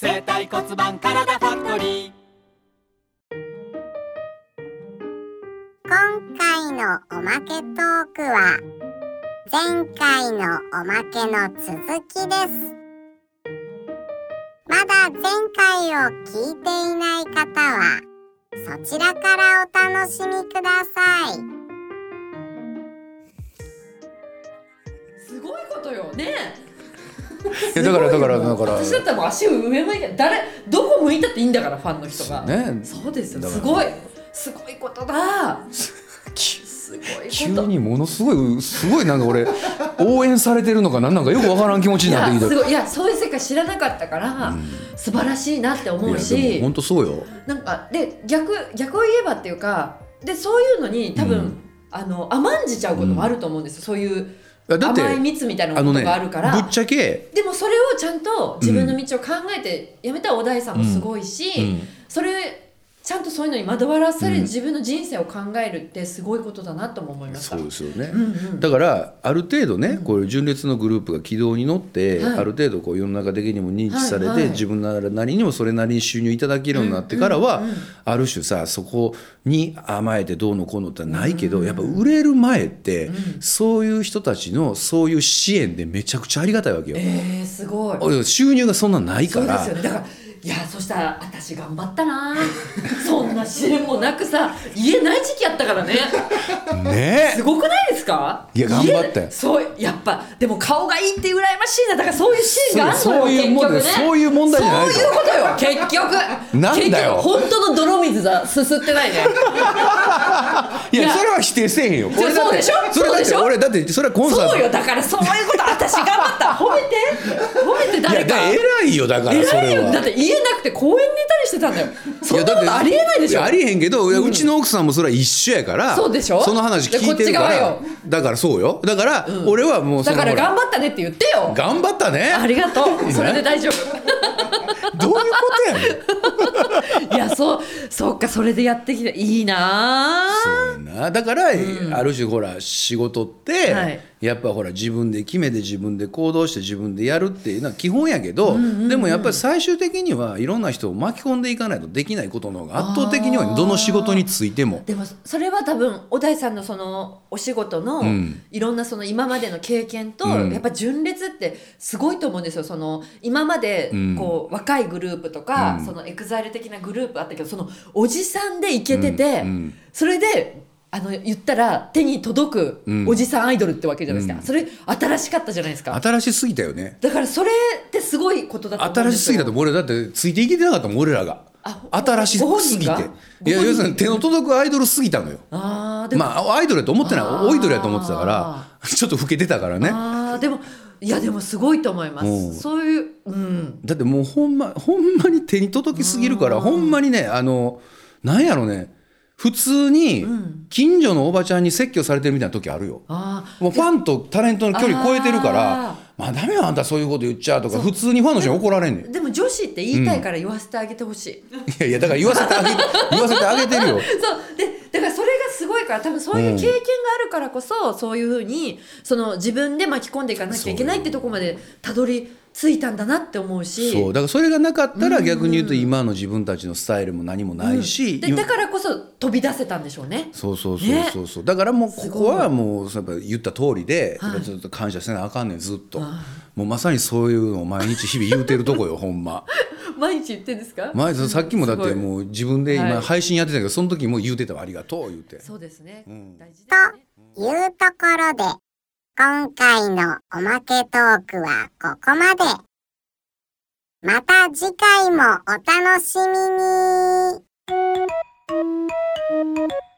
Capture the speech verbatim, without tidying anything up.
生体骨盤体ファクトリー。 今回のおまけトークは前回のおまけの続きです。まだ前回を聞いていない方はそちらからお楽しみください。 すごいことよね。 いやだからだからだから私だったらもう足上向いて誰どこ向いたっていいんだからファンの人が、 ね、 そうですよ。すごいすごいことだ。すごいこと。 急にものすごいすごいなんか俺応援されてるのかなんなんかよくわからん気持ちになってきて。 いやすごい、いやそういう世界知らなかったから、うん、素晴らしいなって思うし。 本当そうよ。 なんかで逆逆を言えばっていうかでそういうのに多分、うん、あの甘んじちゃうこともあると思うんですよ、うん、そういう甘い蜜みたいなことがあるから、 ね、ぶっちゃけでもそれをちゃんと自分の道を考えてやめた小田井さんもすごいし、うんうん、それちゃんとそういうのに惑わらされる自分の人生を考えるってすごいことだなとも思いました。 そうですよね、 うんうん、 だからある程度ね、うん、こういう純烈のグループが軌道に乗って、はい、ある程度こう世の中的にも認知されて、はいはい、自分なりにもそれなりに収入いただけるようになってからは、うんうんうん、ある種さそこに甘えてどうのこうのってないけど、うんうん、やっぱ売れる前って、うん、そういう人たちのそういう支援でめちゃくちゃありがたいわけよ。 えー、すごい。 収入がそんなないから。 そうですよね。だからいやそしたら私頑張ったなそんな支援もなくさ家ない時期やったからねねすごくないですか。 いや頑張ったよ。 そうやっぱでも顔がいいって羨ましいな。だからそういうシーンがあるのよ。 そういうもん、ね、そういう問題じゃない。 そういうことよ結局なんだよ本当の泥水だすすってないねいやそれは否定せえへんよ。 これそうでしょ。 それだって俺だってそれはコンサートそうよ。だからそういうこと私頑張った褒めて褒めて誰か。 いや偉いよだからそれは。偉いよ。 だって家なくて公園寝たりしてたんだよ。そんなことありえないでしょ。 いやありえへんけど、うん、うちの奥さんもそれは一緒やから。 そうでしょ。 その話聞いてるから。だからそうよ。だから、うん、俺はもうそのだから頑張ったねって言ってよ。 頑張ったね。 ありがとう。それで大丈夫どういうことやねんいやそうそっかそれでやってきていいな。 そうやな。だから、うん、ある種ほら仕事って、はい、やっぱほら自分で決めて自分で行動して自分でやるっていうのは基本やけど、うんうんうん、でもやっぱり最終的にはいろんな人を巻き込んでいかないとできないことの方が圧倒的にはどの仕事についても。 でもそれは多分小田井さんのそのお仕事のいろんなその今までの経験と、うん、やっぱ純烈ってすごいと思うんですよ。その今までこう、うん、若いグループとか、うん、そのエグザイル的なグループあったけどそのおじさんでイケてて、うんうん、それであの言ったら手に届くおじさんアイドルってわけじゃないですか、うん、それ新しかったじゃないですか。 新しすぎたよね。 だからそれってすごいことだと思うんですよ。 新しすぎたと俺だってついていけてなかったもん俺らが。新しすぎていや要するに手の届くアイドルすぎたのよ。あでもまあアイドルやと思ってないおイドルやと思ってたからちょっと老けてたからね。あでもいやでもすごいと思います。そういう、うん、 だってもうほんまほんまに手に届きすぎるからほんまにねあのなんやろね普通に近所のおばちゃんに説教されてるみたいな時あるよ。あもうファンとタレントの距離超えてるからまあダメよあんたそういうこと言っちゃうとか普通にファンの人に怒られんねん。 でも女子って言いたいから言わせてあげてほしい、うん、いやいやだから言わせてあげて言わせてあげてるよそうでだからそれがすごいから多分そういう経験があるからこそ、うん、そういうふうにその自分で巻き込んでいかなきゃいけないってとこまでたどりついたんだなって思うし。 そうだからそれがなかったら逆に言うと今の自分たちのスタイルも何もないし、 うん、でだからこそ飛び出せたんでしょうね。 そうそうそうそうそう、ね、だからもうここはもうやっぱ言った通りで、はい、ずっと感謝せなあかんねんずっと、はい、もうまさにそういうのを毎日日々言うてるとこよほんま毎日言ってんですか。 毎日さっきもだってもう自分で今配信やってたけど、はい、その時も言うてたわありがとう言うて。 そうですね、うん、大事ですね。 というところで今回のおまけトークはここまで。また次回もお楽しみに。